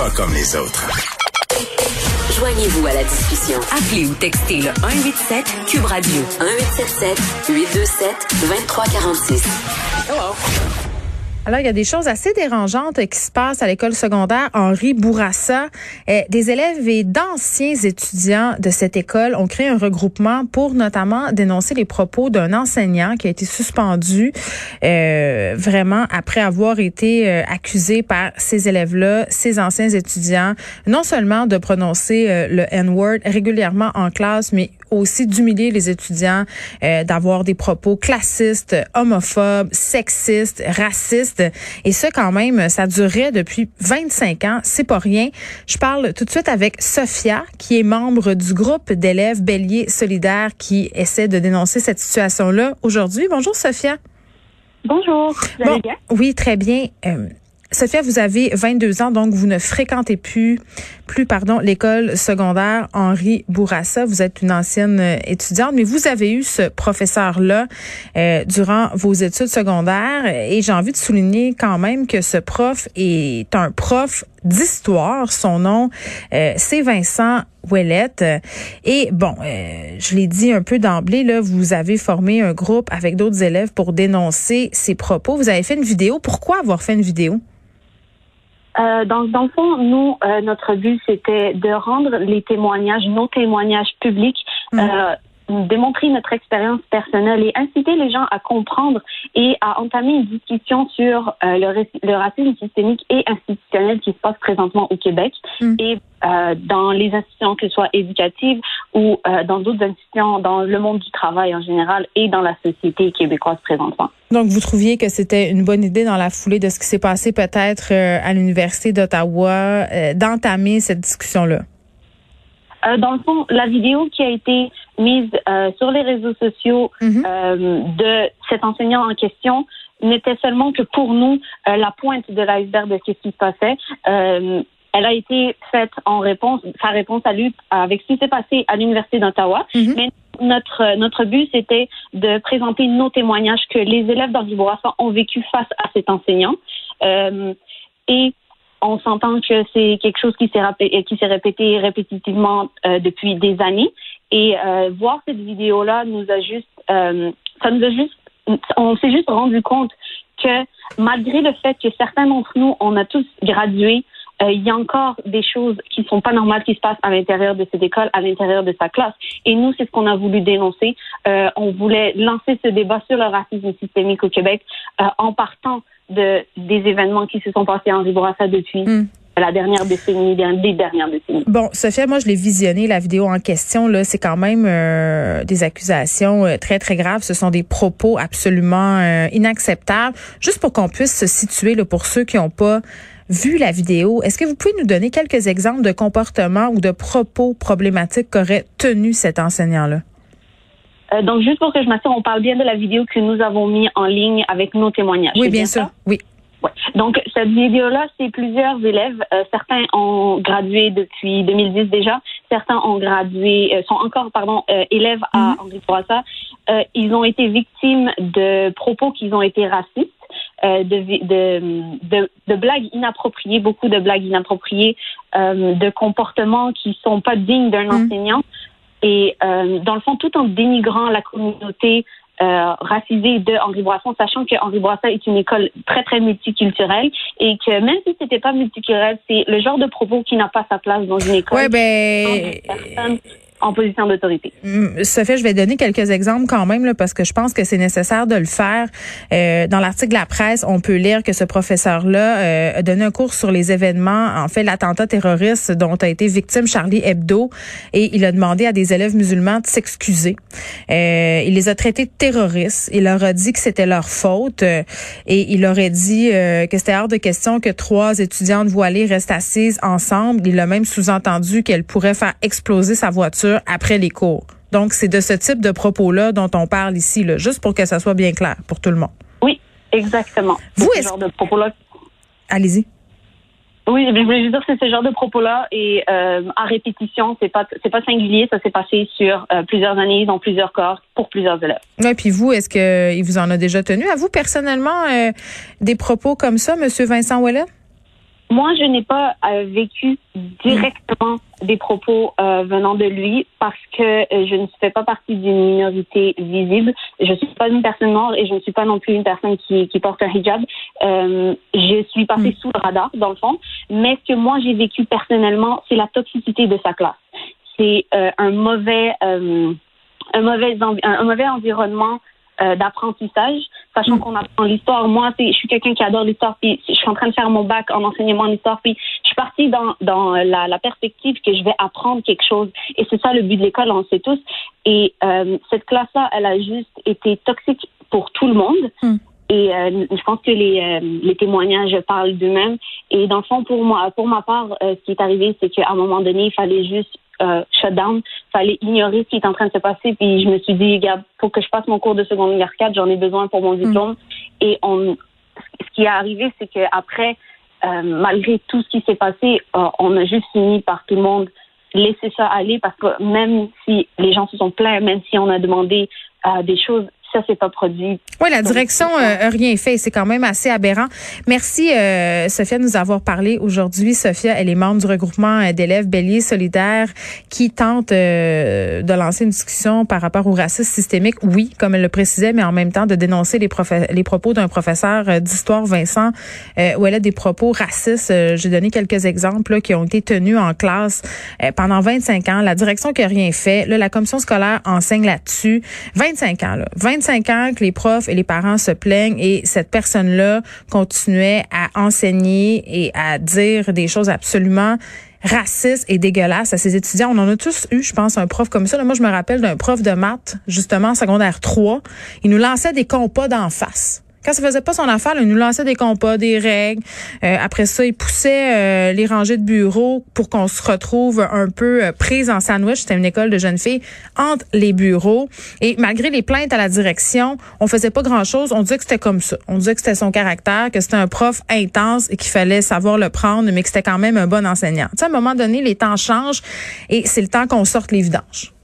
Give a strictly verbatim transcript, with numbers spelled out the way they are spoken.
Pas comme les autres. Joignez-vous à la discussion. Appelez ou textez le un huit sept Cube Radio. un huit sept sept huit deux sept deux trois quatre six. Hello. Alors, il y a des choses assez dérangeantes qui se passent à l'école secondaire Henri Bourassa. Euh, des élèves et d'anciens étudiants de cette école ont créé un regroupement pour notamment dénoncer les propos d'un enseignant qui a été suspendu euh, vraiment après avoir été euh, accusé par ces élèves-là, ces anciens étudiants, non seulement de prononcer euh, le N-word régulièrement en classe, mais aussi d'humilier les étudiants, euh, d'avoir des propos classistes, homophobes, sexistes, racistes. Et ça, quand même, ça durait depuis vingt-cinq ans. C'est pas rien. Je parle tout de suite avec Sophia, qui est membre du groupe d'élèves Bélier solidaire qui essaie de dénoncer cette situation-là aujourd'hui. Bonjour, Sophia. Bonjour. Vous allez bon, bien? Oui, très bien. Euh, Sophia, vous avez vingt-deux ans, donc vous ne fréquentez plus, plus pardon, l'école secondaire Henri Bourassa. Vous êtes une ancienne étudiante, mais vous avez eu ce professeur-là euh, durant vos études secondaires. Et j'ai envie de souligner quand même que ce prof est un prof d'histoire. Son nom, euh, c'est Vincent Ouellette. Et bon, euh, je l'ai dit un peu d'emblée, là, vous avez formé un groupe avec d'autres élèves pour dénoncer ces propos. Vous avez fait une vidéo. Pourquoi avoir fait une vidéo? Euh, dans, dans le fond, nous, euh, notre but, c'était de rendre les témoignages, nos témoignages publics, mmh. euh, démontrer notre expérience personnelle et inciter les gens à comprendre et à entamer une discussion sur euh, le, le racisme systémique et institutionnel qui se passe présentement au Québec mmh. et euh, dans les institutions, que ce soit éducatives ou euh, dans d'autres institutions, dans le monde du travail en général et dans la société québécoise présentement. Donc, vous trouviez que c'était une bonne idée dans la foulée de ce qui s'est passé peut-être euh, à l'Université d'Ottawa euh, d'entamer cette discussion-là? Euh, dans le fond, la vidéo qui a été mise euh, sur les réseaux sociaux mm-hmm. euh, de cet enseignant en question n'était seulement que pour nous euh, la pointe de l'iceberg de ce qui se passait. Euh, elle a été faite en réponse, sa réponse à lui avec ce qui s'est passé à l'Université d'Ottawa. Mm-hmm. Mais notre notre but, c'était de présenter nos témoignages que les élèves d'Henri Bourassa ont vécu face à cet enseignant. Euh, et on s'entend que c'est quelque chose qui s'est, rappé- qui s'est répété répétitivement euh, depuis des années. Et euh, voir cette vidéo-là nous a juste, euh, ça nous a juste, on s'est juste rendu compte que malgré le fait que certains d'entre nous, on a tous gradué, euh, il y a encore des choses qui sont pas normales qui se passent à l'intérieur de cette école, à l'intérieur de sa classe. Et nous, c'est ce qu'on a voulu dénoncer. Euh, on voulait lancer ce débat sur le racisme systémique au Québec euh, en partant de des événements qui se sont passés à Henri Bourassa depuis mm. la dernière décennie, des dernières décennies. Bon, Sophia, moi, je l'ai visionné, la vidéo en question. Là, c'est quand même euh, des accusations euh, très, très graves. Ce sont des propos absolument euh, inacceptables. Juste pour qu'on puisse se situer, là, pour ceux qui n'ont pas vu la vidéo, est-ce que vous pouvez nous donner quelques exemples de comportements ou de propos problématiques qu'aurait tenu cet enseignant-là? Euh, donc, juste pour que je m'assure, on parle bien de la vidéo que nous avons mis en ligne avec nos témoignages. Oui, bien, bien sûr. Ça? Oui. Ouais. Donc, cette vidéo-là, c'est plusieurs élèves. Euh, certains ont gradué depuis deux mille dix déjà. Certains ont gradué, euh, sont encore, pardon, euh, élèves à mm-hmm. Henri Bourassa. Euh, ils ont été victimes de propos qui ont été racistes. Euh, de, de, de, de blagues inappropriées, beaucoup de blagues inappropriées, euh, de comportements qui sont pas dignes d'un mmh. enseignant. Et euh, dans le fond, tout en dénigrant la communauté euh, racisée de Henri Bourassa, sachant que Henri Bourassa est une école très, très multiculturelle et que même si c'était pas multiculturel, c'est le genre de propos qui n'a pas sa place dans une école. Ouais, ben... En position d'autorité. Sophie, je vais donner quelques exemples quand même là, parce que je pense que c'est nécessaire de le faire. Euh, dans l'article de la presse, on peut lire que ce professeur-là euh, a donné un cours sur les événements, en fait, l'attentat terroriste dont a été victime Charlie Hebdo, et il a demandé à des élèves musulmans de s'excuser. Euh, il les a traités de terroristes. Il leur a dit que c'était leur faute euh, et il aurait dit euh, que c'était hors de question que trois étudiantes voilées restent assises ensemble. Il a même sous-entendu qu'elle pourrait faire exploser sa voiture après les cours. Donc, c'est de ce type de propos-là dont on parle ici, là, juste pour que ça soit bien clair pour tout le monde. Oui, exactement. Vous, c'est ce genre de propos-là. Allez-y. Oui, je voulais juste dire que c'est ce genre de propos-là et euh, à répétition, c'est pas c'est pas singulier, ça s'est passé sur euh, plusieurs années, dans plusieurs corps, pour plusieurs élèves. Oui, puis vous, est-ce que il vous en a déjà tenu à vous personnellement euh, des propos comme ça, Monsieur Vincent Ouellette? Moi, je n'ai pas euh, vécu directement des propos euh, venant de lui parce que euh, je ne fais pas partie d'une minorité visible. Je suis pas une personne noire et je ne suis pas non plus une personne qui, qui porte un hijab. Euh, je suis passée sous le radar, dans le fond. Mais ce que moi, j'ai vécu personnellement, c'est la toxicité de sa classe. C'est euh, un mauvais, euh, un mauvais, envi- un mauvais environnement euh, d'apprentissage, sachant qu'on apprend l'histoire. Moi, c'est, je suis quelqu'un qui adore l'histoire, puis je suis en train de faire mon bac en enseignement en histoire, puis je suis partie dans, dans la, la perspective que je vais apprendre quelque chose. Et c'est ça le but de l'école, on le sait tous. Et euh, cette classe-là, elle a juste été toxique pour tout le monde. Mm. Et euh, je pense que les, euh, les témoignages parlent d'eux-mêmes. Et dans le fond, pour moi, pour ma part, euh, ce qui est arrivé, c'est qu'à un moment donné, il fallait juste euh, shut down, fallait ignorer ce qui est en train de se passer. Puis je me suis dit, regarde, pour que je passe mon cours de secondaire quatre, j'en ai besoin pour mon diplôme. Mm. Et on, ce qui est arrivé, c'est qu'après, euh, malgré tout ce qui s'est passé, euh, on a juste fini par tout le monde laisser ça aller, parce que même si les gens se sont plaints, même si on a demandé euh, des choses, ça s'est pas produit. Oui, la direction n'a euh, rien fait. C'est quand même assez aberrant. Merci, euh, Sophia, de nous avoir parlé aujourd'hui. Sophia, elle est membre du regroupement d'élèves Bélier solidaire qui tente euh, de lancer une discussion par rapport au racisme systémique. Oui, comme elle le précisait, mais en même temps de dénoncer les, profe- les propos d'un professeur d'histoire, Vincent, euh, où elle a des propos racistes. Euh, j'ai donné quelques exemples là, qui ont été tenus en classe euh, pendant vingt-cinq ans. La direction qui n'a rien fait. Là, la commission scolaire enseigne là-dessus. vingt-cinq ans, là. vingt-cinq ans que les profs et les parents se plaignent et cette personne-là continuait à enseigner et à dire des choses absolument racistes et dégueulasses à ses étudiants. On en a tous eu, je pense, un prof comme ça. Là, moi, je me rappelle d'un prof de maths, justement, en secondaire trois. Il nous lançait des compas d'en face. Quand ça faisait pas son affaire, là, il nous lançait des compas, des règles. Euh, après ça, il poussait euh, les rangées de bureaux pour qu'on se retrouve un peu euh, prise en sandwich. C'était une école de jeunes filles entre les bureaux. Et malgré les plaintes à la direction, on faisait pas grand-chose. On disait que c'était comme ça. On disait que c'était son caractère, que c'était un prof intense et qu'il fallait savoir le prendre, mais que c'était quand même un bon enseignant. Tu sais, à un moment donné, les temps changent et c'est le temps qu'on sorte les vidanges.